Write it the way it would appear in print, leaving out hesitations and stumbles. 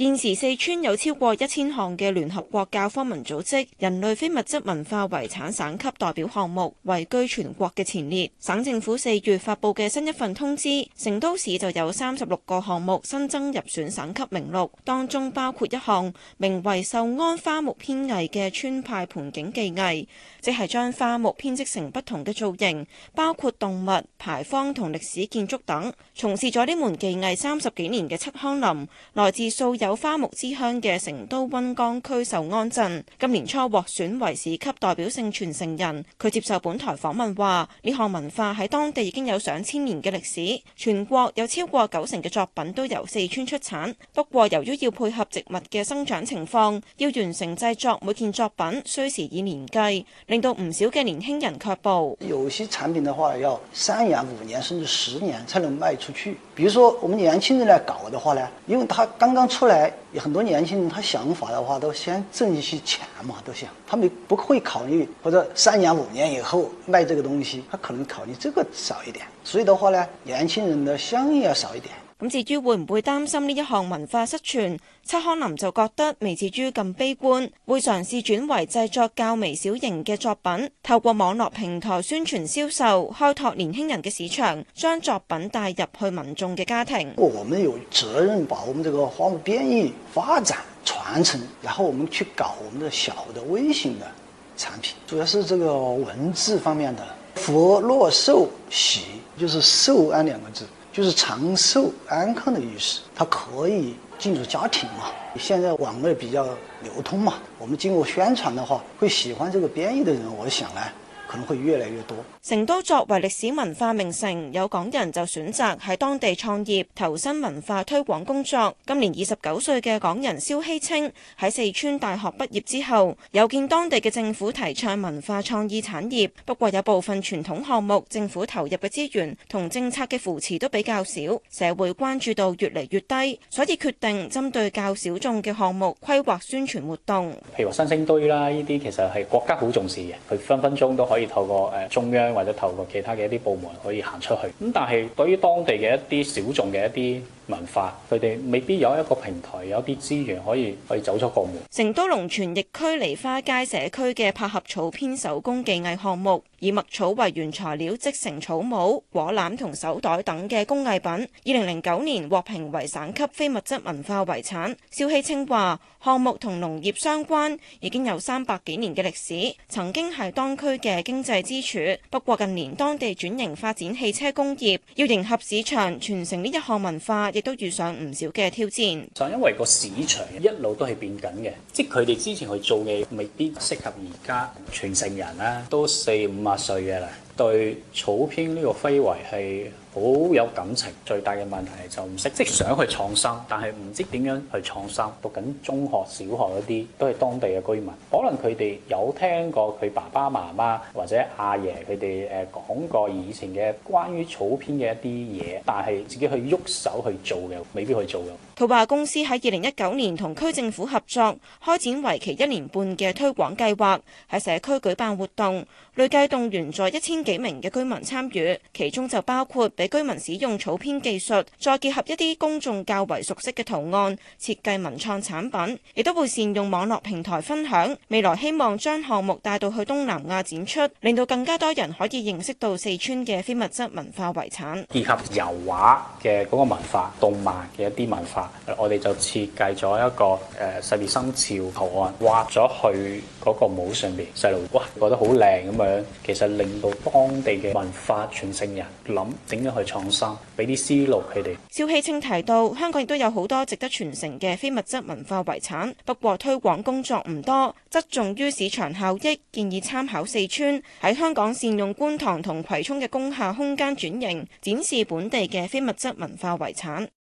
現時四川有超過1000項嘅聯合國教科文組織人類非物質文化遺產省級代表項目，位居全國嘅前列。省政府4月發布嘅新一份通知，成都市就有36個項目新增入選省級名錄，當中包括一項名為壽安花木編藝嘅川派盆景技藝，即係將花木編織成不同嘅造型，包括動物、牌坊同歷史建築等。從事咗呢門技藝30幾年嘅戚康林，來自素有花木之鄉嘅成都溫江區壽安鎮，今年初獲選為市級代表性傳承人。佢接受本台訪問話，呢項文化喺當地已經有上千年嘅歷史，全國有超過90%嘅作品都由四川出產。不過由於要配合植物嘅生長情況，要完成製作每件作品需時以年計，令到唔少嘅年輕人卻步。 有些產品的話要3年、5年甚至10年才能賣出去。比如說我們年輕人來搞的話呢，因為他剛剛出來，很多年輕人他想法的話都先掙一些錢嘛，都想他們不會考慮或者3年5年以後賣這個東西，他可能考慮這個少一點，所以的話呢，年輕人的相應要少一點。 咁至於會唔會擔心呢一項文化失傳，戚康林就覺得未至於咁悲觀，會嘗試轉為製作較微小型嘅作品，透過網絡平台宣傳銷售，開拓年輕人嘅市場，將作品帶入去民眾嘅家庭。 我們有責任把我們這個花木編藝發展傳承，然後我們去搞我們的小的微型的產品，主要是這個文字方面的福祿壽喜，就是壽安2個字，就是長壽安康的意思，它可以進入家庭嘛。現在網絡比較流通嘛，我們經過宣傳的話，會喜歡這個編藝的人，我想呢可能會越來越多。 成都作為歷史文化名城，有港人就選擇喺當地創業，投身文化推廣工作。今年29歲嘅港人蕭希清喺四川大學畢業之後，有見當地嘅政府提倡文化創意產業，不過有部分傳統項目政府投入嘅資源同政策嘅扶持都比較少，社會關注度越嚟越低，所以決定針對較小眾嘅項目規劃宣傳活動。 譬如話新星堆啦，呢啲其實係國家好重視嘅，佢分分鐘都可以透過中央或者透過其他嘅一啲部門可以行出去。咁但係對於當地嘅一啲小眾嘅一啲文化，佢哋未必有一個平台，有啲資源可以走出國門。 成都龍泉驛區梨花街社區嘅柏合草編手工技藝項目，以麥草為原材料織成草帽、果籃同手袋等嘅工藝品，2009年獲評為省級非物質文化遺產。蕭希清話：項目同農業相關，已經有300幾年嘅歷史，曾經係當區嘅經濟支柱。不過近年當地轉型發展汽車工業，要迎合市場傳承呢一項文化，亦都遇上唔少嘅挑戰。 就因為個市場一路都係變緊嘅，即係佢哋之前去做嘅未必適合而家傳承人啦，都40-50歲嘅啦，對草編呢個非遺係好有感情。最大嘅問題就唔識，即係想去創新，但係唔知點樣去創新。讀緊中學、小學嗰啲都係當地嘅居民，可能佢哋有聽過佢爸爸媽媽或者阿爺佢哋講過以前嘅關於草編嘅一啲嘢，但係自己去喐手去做嘅，未必去做嘅。 佢話公司喺2019年同區政府合作，開展為期1年半嘅推廣計劃，喺社區舉辦活動，累計動員咗1000幾名嘅居民參與，其中就包括俾居民使用草編技術，再結合一啲公眾較為熟悉嘅圖案，設計文創產品，亦都會善用網絡平台分享。未來希望將項目帶到去東南亞展出，令到更加多人可以認識到四川嘅非物質文化遺產。 結合油畫嘅嗰個文化、動漫嘅一啲文化，我哋就設計咗一個12生肖圖案，畫咗去嗰個帽上邊，細路哇覺得好靚咁樣。其實令到當地嘅文化傳承人諗點樣去創新，俾啲思路佢哋。 蕭希清提到，香港亦都有好多值得傳承嘅非物質文化遺產，不過推廣工作唔多，側重於市場效益，建議參考四川喺香港善用觀塘同葵涌嘅工廈空間轉型，展示本地嘅非物質文化遺產。